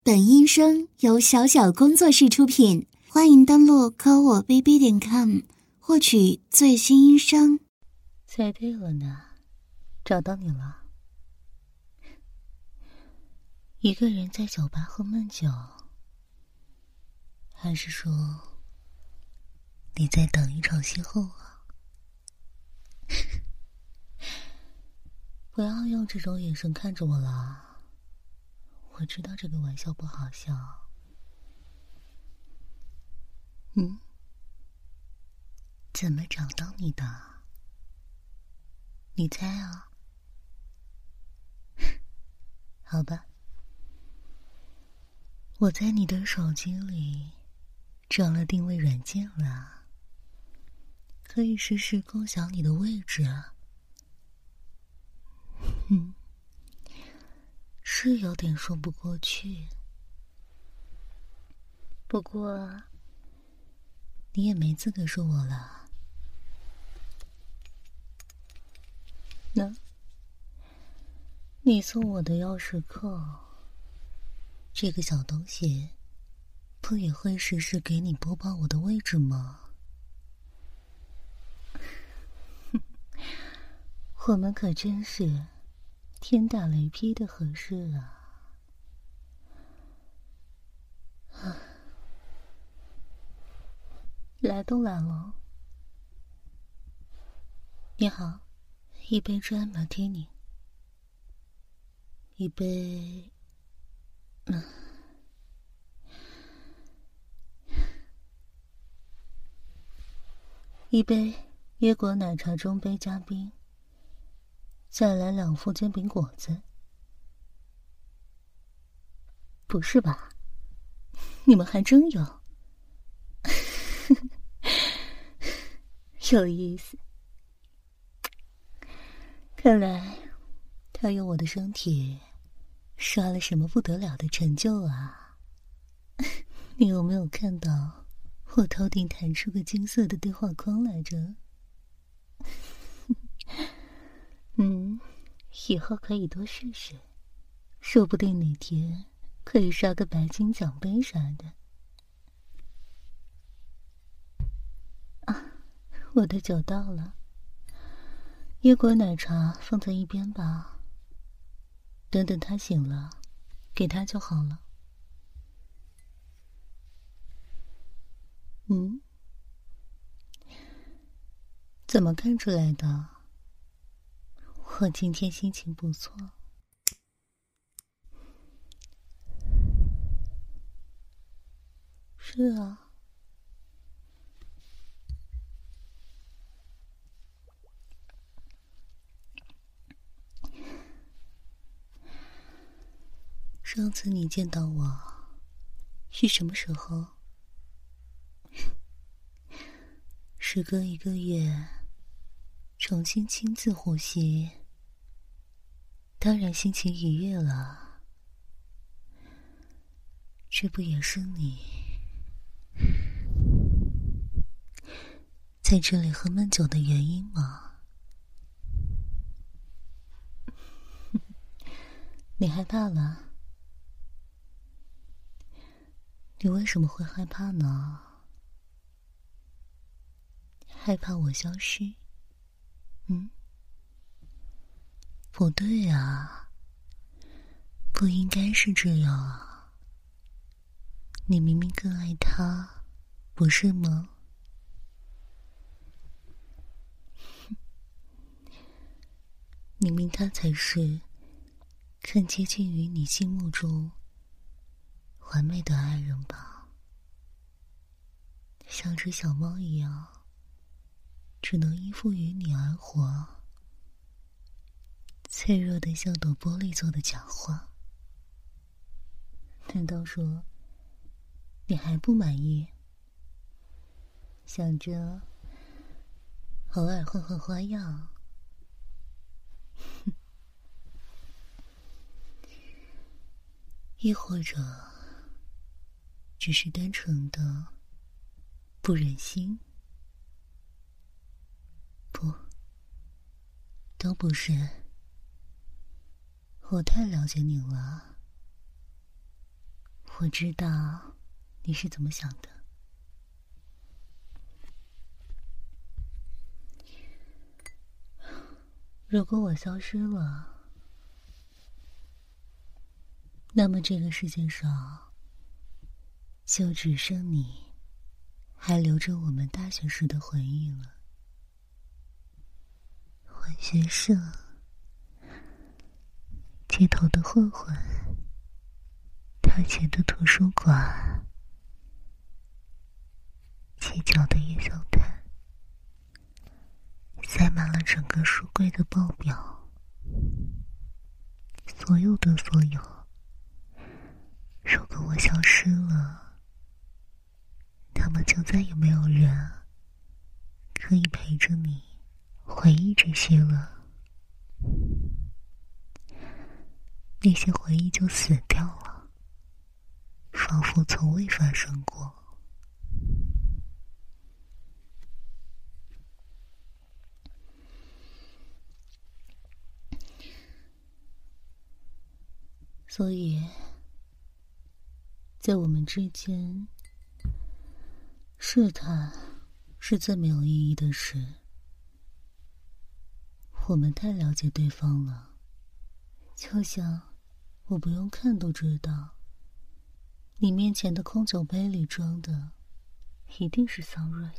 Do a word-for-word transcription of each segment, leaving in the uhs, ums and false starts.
本音声由小小工作室出品，欢迎登录科我 B B 点 com 获取最新音声。 猜对了呢，找到你了。一个人在酒吧喝闷酒，还是说你在等一场邂逅啊？不要用这种眼神看着我了，我知道这个玩笑不好笑。嗯，怎么找到你的？你猜啊？好吧，我在你的手机里装了定位软件了，可以实时共享你的位置啊。嗯，是有点说不过去，不过你也没资格说我了。那你送我的钥匙扣，这个小东西不也会实时给你播报我的位置吗？我们可真是天打雷劈的合适啊！来都来了。你好，一杯dry martini，一杯，嗯，一杯椰果奶茶中杯加冰，再来两副煎饼果子。不是吧？你们还真有，有意思。看来他用我的身体刷了什么不得了的成就啊！你有没有看到我头顶弹出个金色的对话框来着？嗯，以后可以多试试，说不定哪天可以刷个白金奖杯啥的。啊，我的酒到了，椰果奶茶放在一边吧，等等他醒了，给他就好了。嗯，怎么看出来的？我今天心情不错。是啊。上次你见到我是什么时候？时隔一个月，重新亲自呼吸，当然心情愉悦了。这不也是你在这里喝闷酒的原因吗？你害怕了？你为什么会害怕呢？害怕我消失？嗯？不对啊，不应该是这样啊。你明明更爱他，不是吗？明明他才是更接近于你心目中完美的爱人吧，像只小猫一样，只能依附于你而活，脆弱的像朵玻璃做的假花。难道说你还不满意？想着偶尔换换花样？亦或者只是单纯的不忍心？不，都不是。我太了解你了， 我知道你是怎么想的。如果我消失了，那么这个世界上就只剩你还留着我们大学时的回忆了。文学社，街头的混混，他前的图书馆，街角的夜宵摊，塞满了整个书柜的报表，所有的所有。如果我消失了，那么就再也没有人可以陪着你回忆这些了。那些回忆就死掉了，仿佛从未发生过。所以在我们之间，试探是最没有意义的事。我们太了解对方了，就像我不用看都知道，你面前的空酒杯里装的一定是 Sunrise。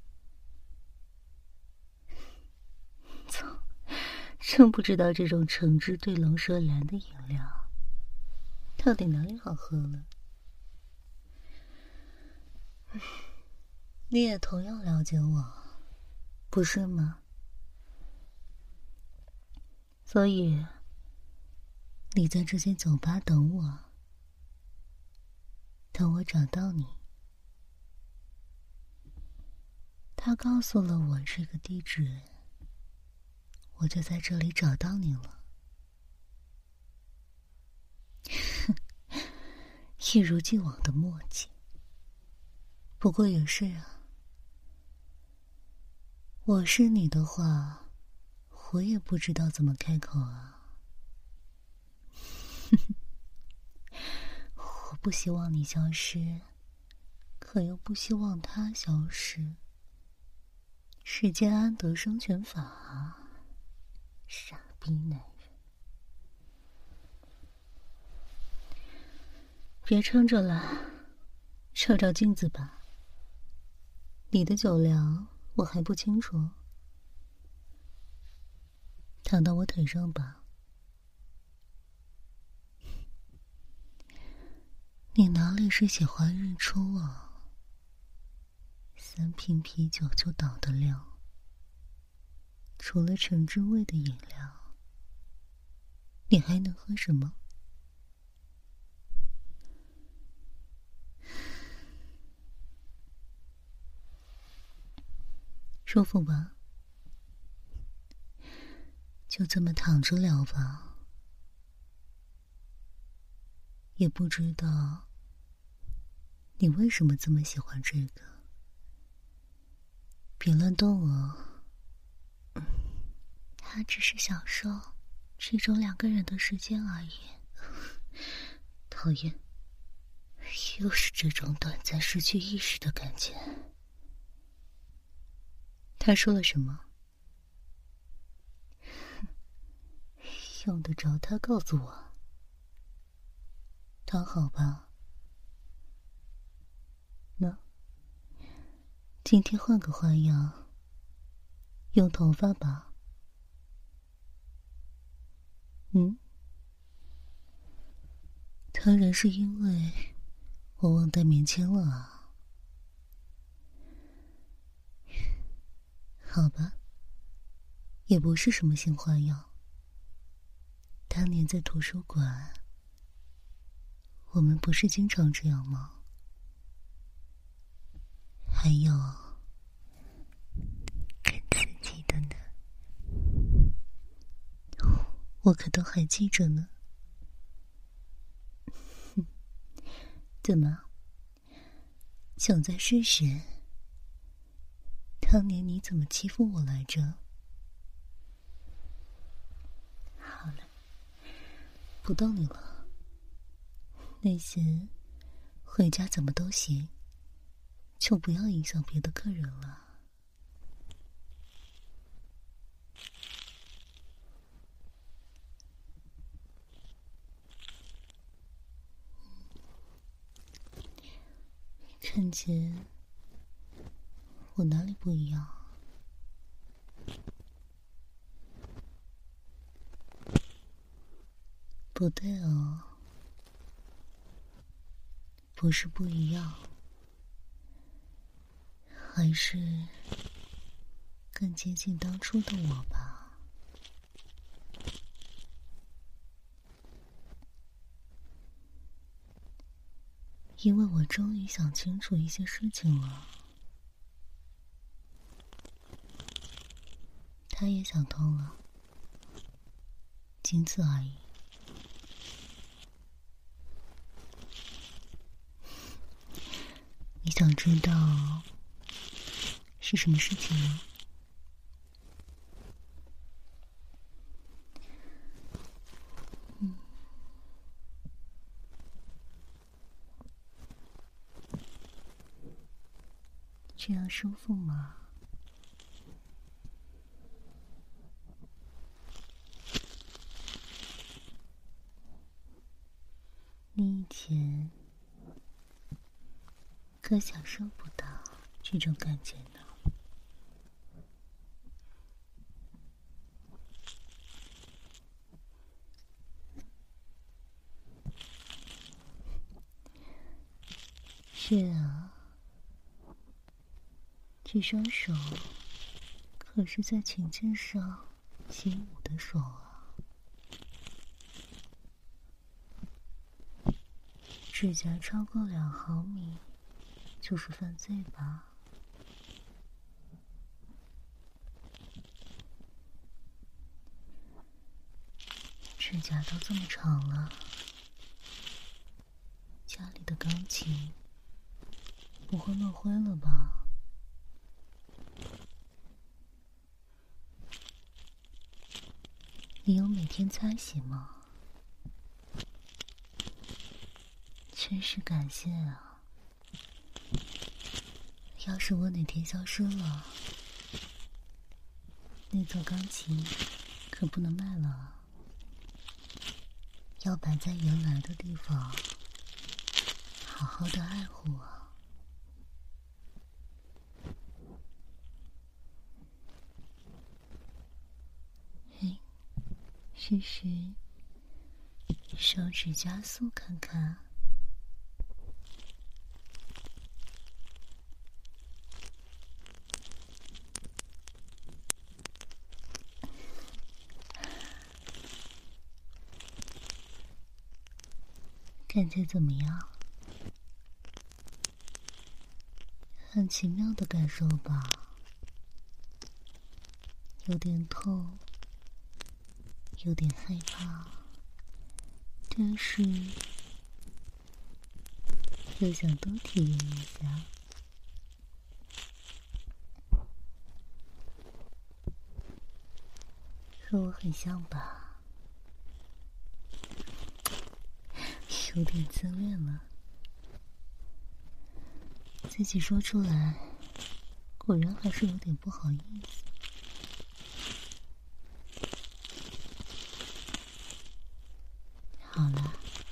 操，真不知道这种橙汁兑龙舌兰的饮料到底哪里好喝了。你也同样了解我，不是吗？所以你在这间酒吧等我，等我找到你。他告诉了我这个地址，我就在这里找到你了。一如既往的默契。不过也是啊，我是你的话，我也不知道怎么开口啊。我不希望你消失，可又不希望他消失。世间安得生存法啊，傻逼男人。别撑着了，照照镜子吧。你的酒量我还不清楚，躺到我腿上吧。你哪里是喜欢日出啊？三瓶啤酒就倒得了，除了橙汁味的饮料，你还能喝什么？舒服吧？就这么躺着聊吧。也不知道你为什么这么喜欢这个。别乱动哦。他只是享受这种两个人的时间而已。讨厌，又是这种短暂失去意识的感觉。他说了什么？用得着他告诉我？躺好吧。那今天换个花样，用头发吧。嗯？当然是因为我忘带棉签了啊。好吧，也不是什么新花样。当年在图书馆，我们不是经常这样吗？还有更刺激的呢，我可都还记着呢。怎么，想再试试？当年你怎么欺负我来着？好了，不逗你了。那些回家怎么都行，就不要影响别的客人了。看见我哪里不一样？不对哦，不是不一样，还是更接近当初的我吧。因为我终于想清楚一些事情了，他也想通了，仅此而已。你想知道是什么事情吗？嗯，这样舒服吗？你以前可享受不到这种感觉呢。是啊，这双手可是在琴键上起舞的手啊。指甲超过两毫米就是犯罪吧？指甲都这么长了，家里的钢琴不会落灰了吧？你有每天擦洗吗？真是感谢啊！要是我哪天消失了，那座钢琴可不能卖了，要摆在原来的地方，好好的爱护啊。嘿，试试手指加速看看。感觉怎么样？很奇妙的感受吧？有点痛，有点害怕，但是又想多体验一下。和我很像吧？有点自恋了，自己说出来，果然还是有点不好意思。好了，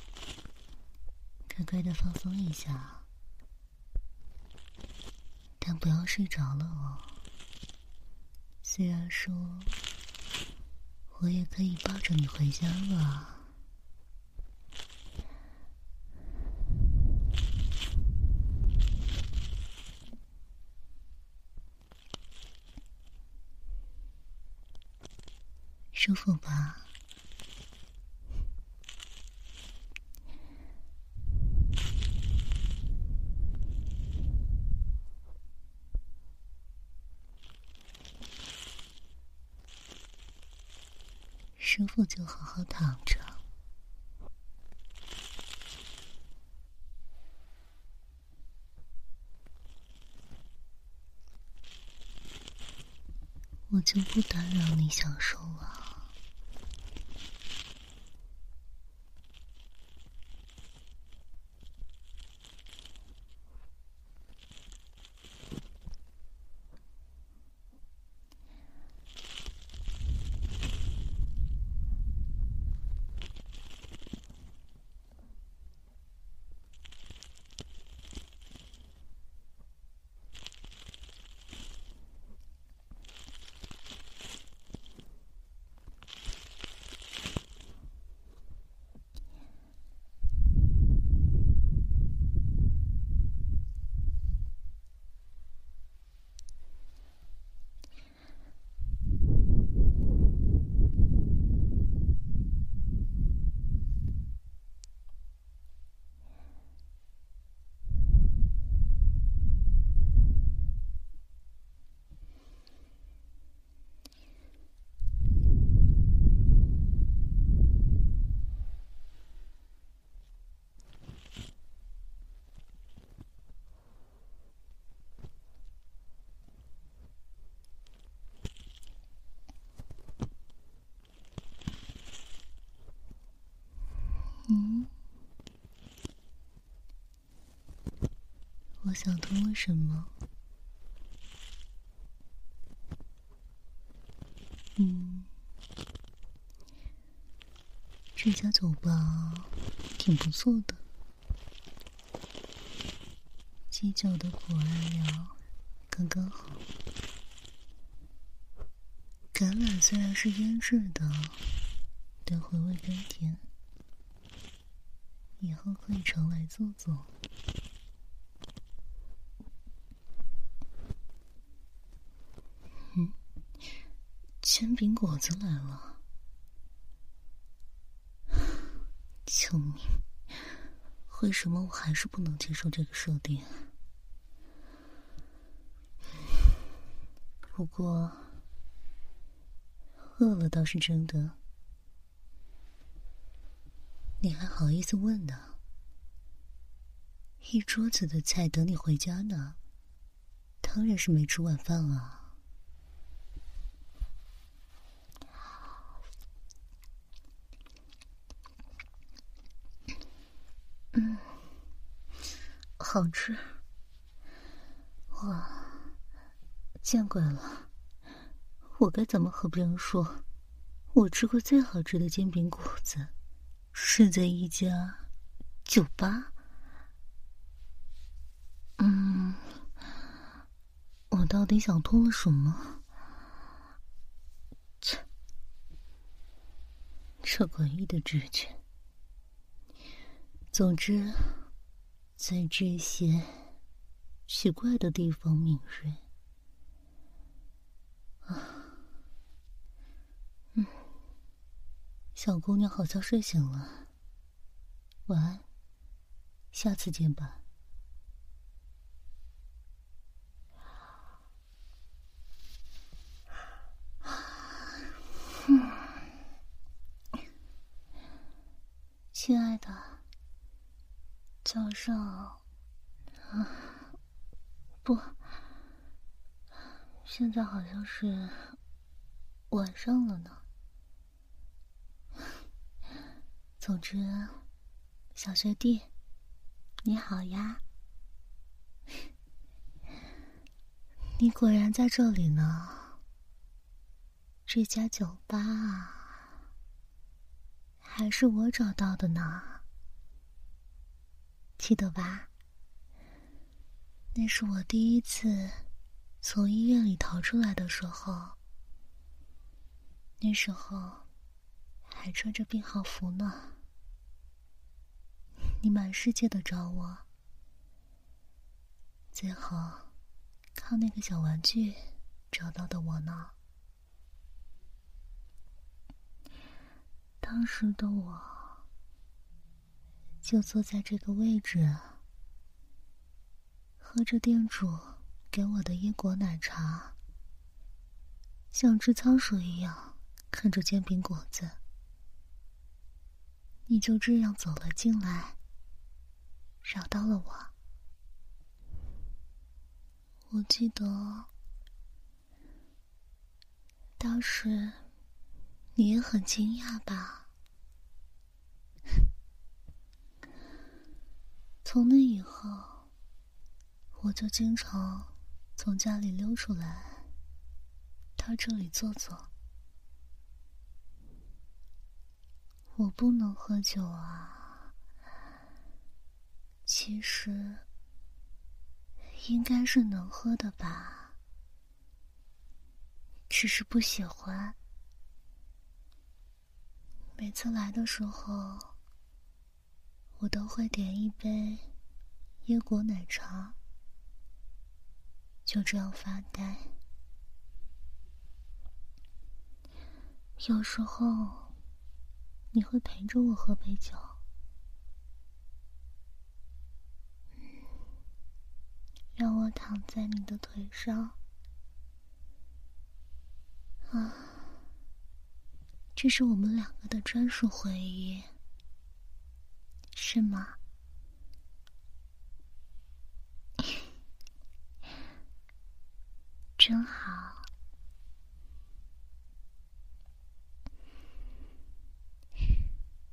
乖乖的放松一下，但不要睡着了哦。虽然说我也可以抱着你回家了。舒服吧？舒服就好好躺着。我就不打扰你享受了。 我想通了什么？嗯，这家酒吧挺不错的，基酒的苦艾料刚刚好。橄榄虽然是腌制的，但回味甘甜，以后可以常来坐坐。嗯，煎饼果子来了，救命！为什么我还是不能接受这个设定？不过饿了倒是真的。你还好意思问呢？一桌子的菜等你回家呢，当然是没吃晚饭啊。嗯，好吃。哇，见鬼了！我该怎么和别人说，我吃过最好吃的煎饼果子是在一家酒吧？嗯，我到底想通了什么？切，这诡异的直觉。总之，在这些奇怪的地方敏锐。啊，嗯，小姑娘好像睡醒了，晚安，下次见吧。嗯，亲爱的，早上，啊，不，现在好像是晚上了呢。总之，小学弟，你好呀。你果然在这里呢。这家酒吧啊，还是我找到的呢。记得吧？那是我第一次从医院里逃出来的时候，那时候还穿着病号服呢。你满世界的找我，最后靠那个小玩具找到的我呢。当时的我就坐在这个位置，喝着店主给我的椰果奶茶，像只仓鼠一样看着煎饼果子。你就这样走了进来，找到了我。我记得当时你也很惊讶吧？从那以后，我就经常从家里溜出来，到这里坐坐。我不能喝酒啊，其实应该是能喝的吧，只是不喜欢。每次来的时候，我都会点一杯椰果奶茶，就这样发呆。有时候你会陪着我喝杯酒，让我躺在你的腿上。啊，这是我们两个的专属回忆，是吗？真好。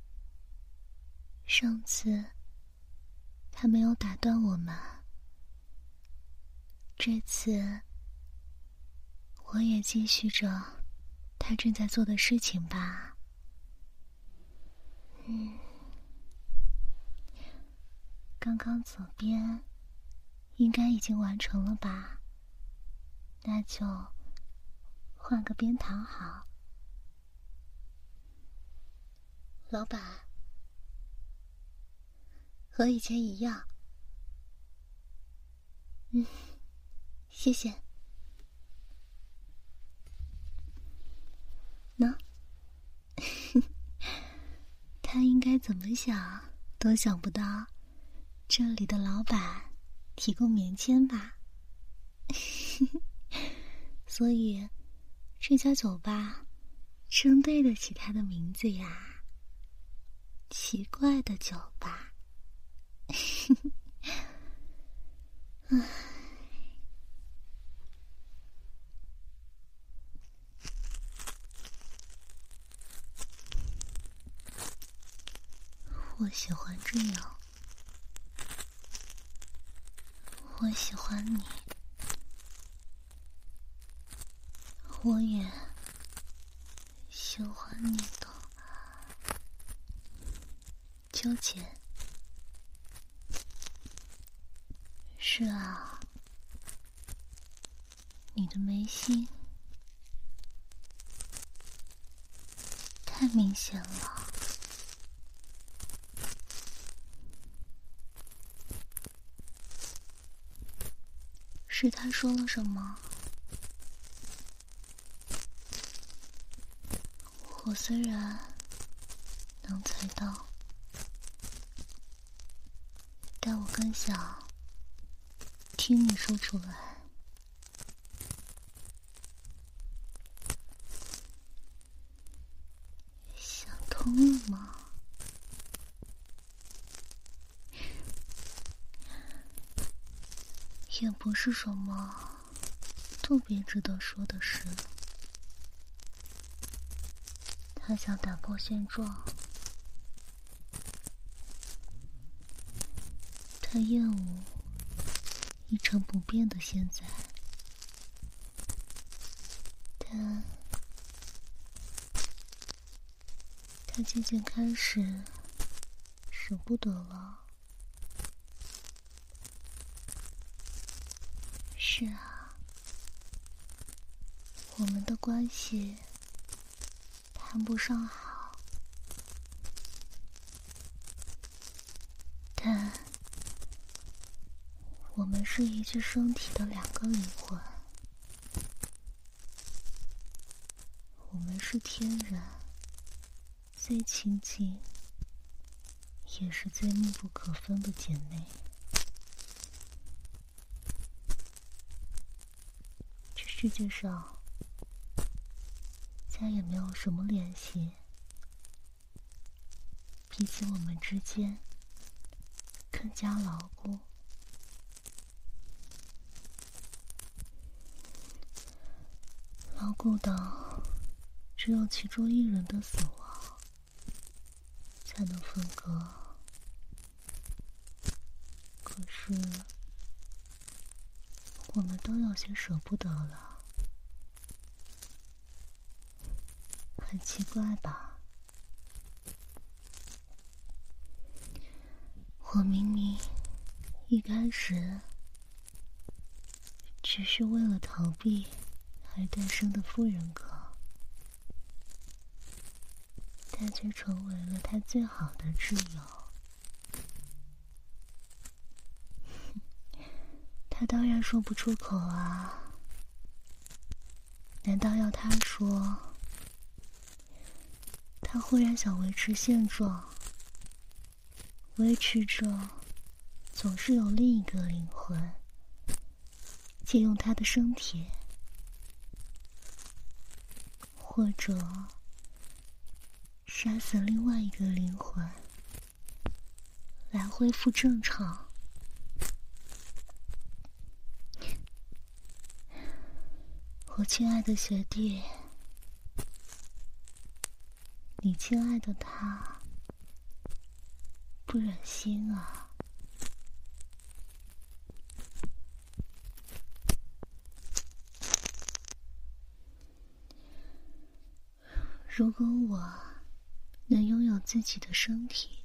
上次他没有打断我们， 这次我也继续着他正在做的事情吧。嗯，刚刚左边应该已经完成了吧？那就换个边躺好。老板，和以前一样。嗯，谢谢。喏，他应该怎么想都想不到，这里的老板提供棉签吧？所以，这家酒吧真对得起他的名字呀。奇怪的酒吧。唉，我喜欢这样，我喜欢你，我也喜欢你的。纠结。是啊，你的眉心太明显了。是他说了什么？我虽然能猜到，但我更想听你说出来。想通了吗？也不是什么特别值得说的事。他想打破现状，他厌恶一成不变的现在，但他渐渐开始舍不得了。是啊，我们的关系谈不上好，但我们是一具身体的两个灵魂，我们是天然最亲近也是最密不可分的姐妹。这世界上再也没有什么联系比起我们之间更加牢固。牢固到只有其中一人的死亡才能分割。可是我们都有些舍不得了。很奇怪吧？我明明一开始只是为了逃避而诞生的副人格，但却成为了他最好的挚友。他当然说不出口啊，难道要他说他忽然想维持现状，维持着总是有另一个灵魂借用他的身体，或者杀死另外一个灵魂来恢复正常？我亲爱的学弟，你亲爱的他不忍心啊。 如果我能拥有自己的身体，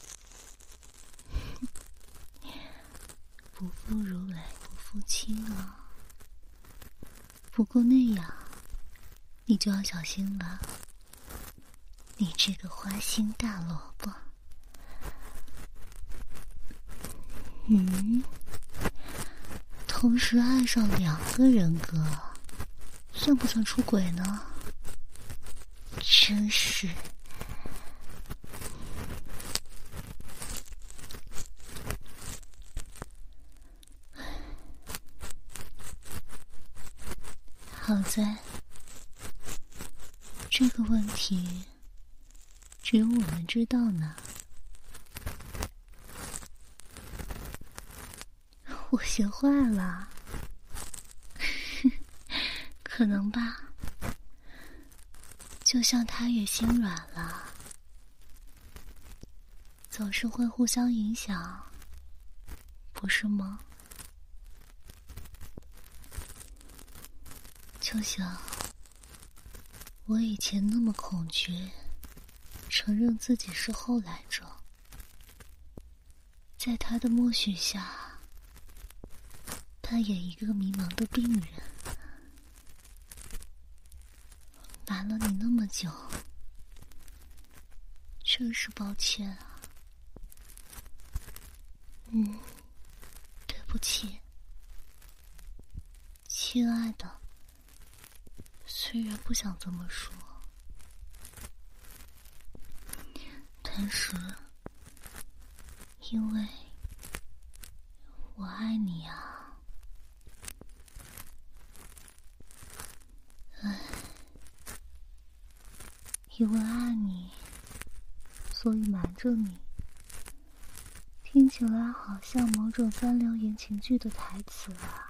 不负如来不负卿啊。不过那样你就要小心了，你这个花心大萝卜。嗯，同时爱上两个人格，算不算出轨呢？真是。好在这个问题只有我们知道呢。我学坏了，可能吧。就像他也心软了，总是会互相影响，不是吗？就像我以前那么恐惧承认自己是后来者，在他的默许下扮演一个迷茫的病人，瞒了你那么久，真是抱歉啊。嗯，对不起，亲爱的。虽然不想这么说，但是因为我爱你啊。唉，因为爱你，所以瞒着你。听起来好像某种三流言情剧的台词啊。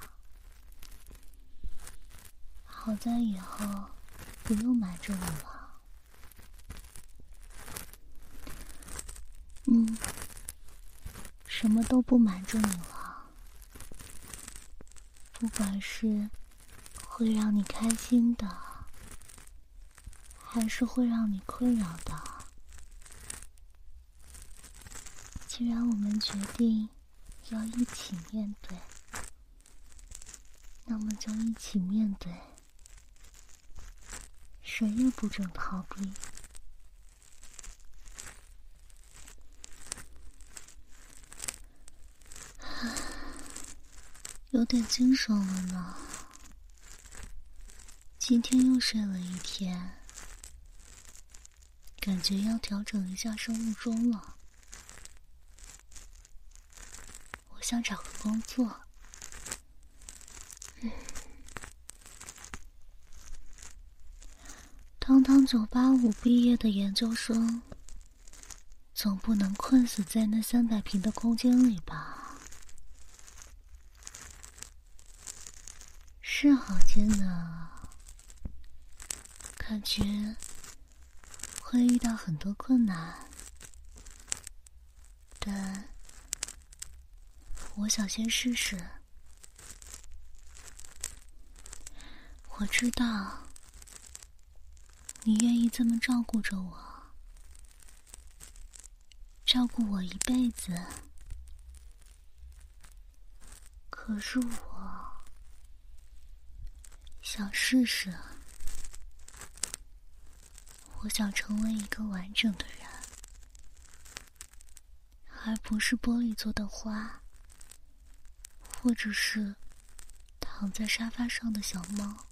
好在以后不用瞒着我了。嗯，什么都不瞒着你了。不管是会让你开心的，还是会让你困扰的，既然我们决定要一起面对，那么就一起面对，谁也不准逃避。有点精神了呢，今天又睡了一天，感觉要调整一下生物钟了。我想找个工作。嗯，堂堂九八五毕业的研究生，总不能困死在那三百平的空间里吧？是好艰难啊，感觉会遇到很多困难，但我想先试试。我知道你愿意这么照顾着我，照顾我一辈子，可是我想试试。我想成为一个完整的人，而不是玻璃做的花，或者是躺在沙发上的小猫。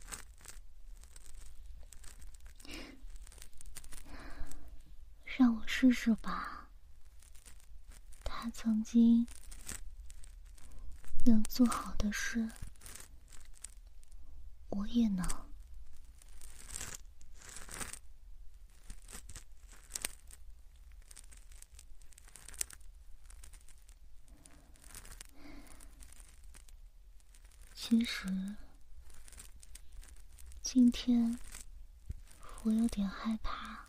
让我试试吧，他曾经能做好的事，我也能。其实今天我有点害怕。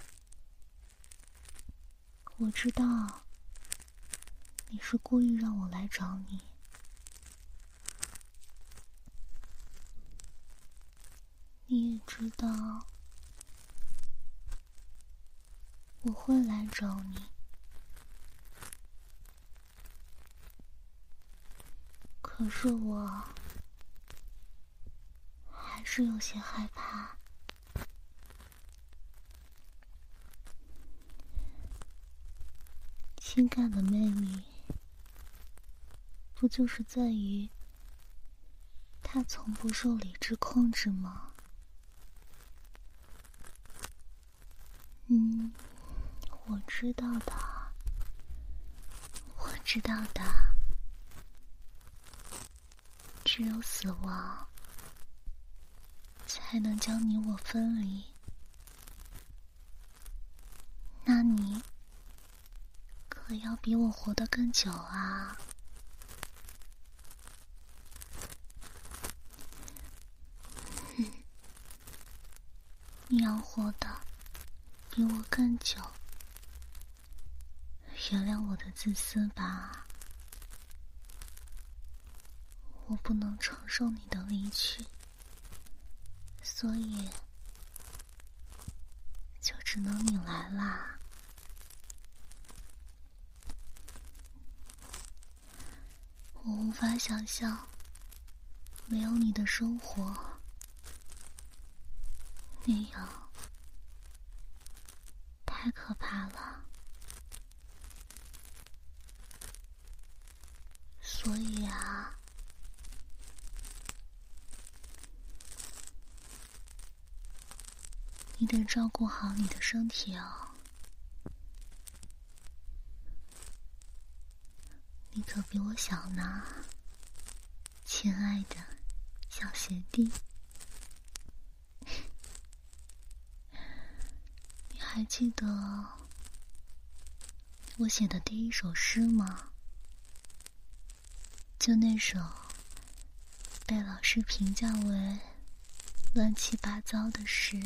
我知道你是故意让我来找你，你也知道我会来找你。可是我还是有些害怕。情感的魅力，不就是在于它从不受理智控制吗？嗯，我知道的，我知道的。只有死亡，才能将你我分离。那你可要比我活得更久啊！你要活得比我更久。原谅我的自私吧，我不能承受你的离去，所以就只能你来啦。我无法想象没有你的生活，那样太可怕了。所以啊，你得照顾好你的身体哦。你可比我小呢，亲爱的小学弟。你还记得我写的第一首诗吗？就那首被老师评价为乱七八糟的诗。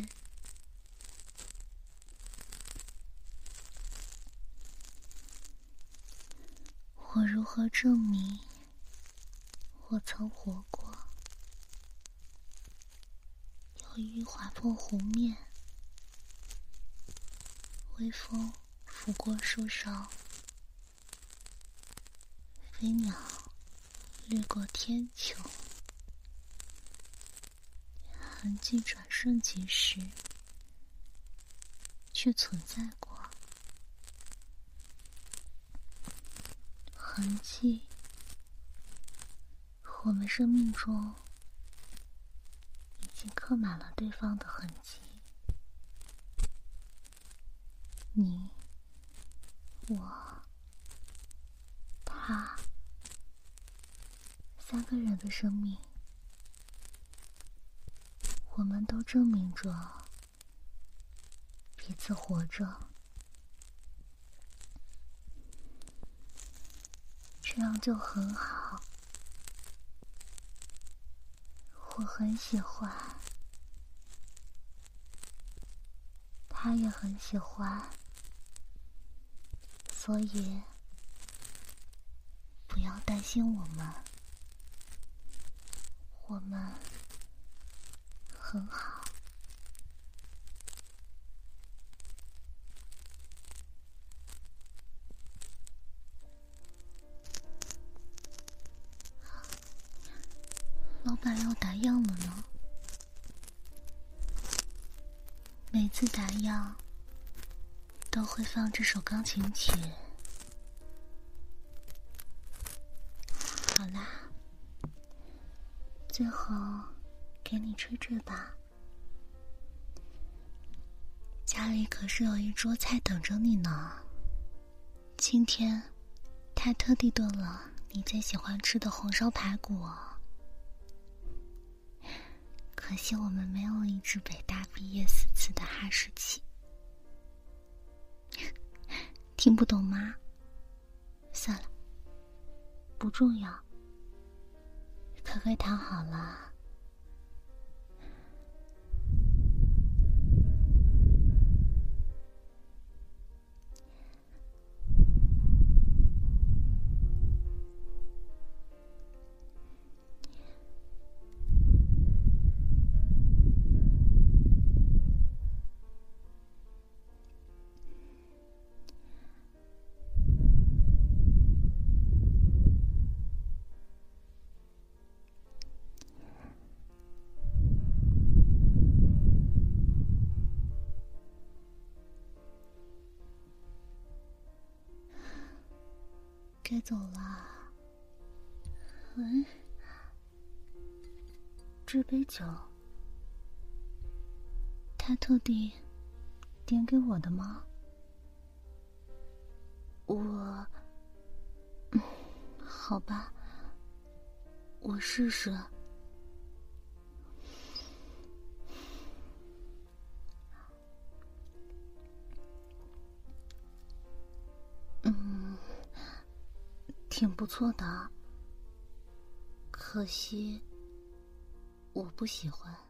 我如何证明我曾活过？有雨划破湖面，微风拂过树梢，飞鸟掠过天穹，痕迹转瞬即逝，却存在过。痕迹，我们生命中已经刻满了对方的痕迹。你，我，他，三个人的生命，我们都证明着彼此活着。这样就很好，我很喜欢，他也很喜欢，所以不要担心我们，我们很好。老板要打烊了呢。每次打烊都会放这首钢琴曲。好啦，最后给你吹吹吧。家里可是有一桌菜等着你呢。今天他特地炖了你最喜欢吃的红烧排骨哦。可惜我们没有一支北大毕业四次的哈士奇。听不懂吗？算了，不重要。可可躺好了。 该走了。嗯，这杯酒，他特地点给我的吗？我，嗯，好吧，我试试。嗯，挺不错的，可惜我不喜欢。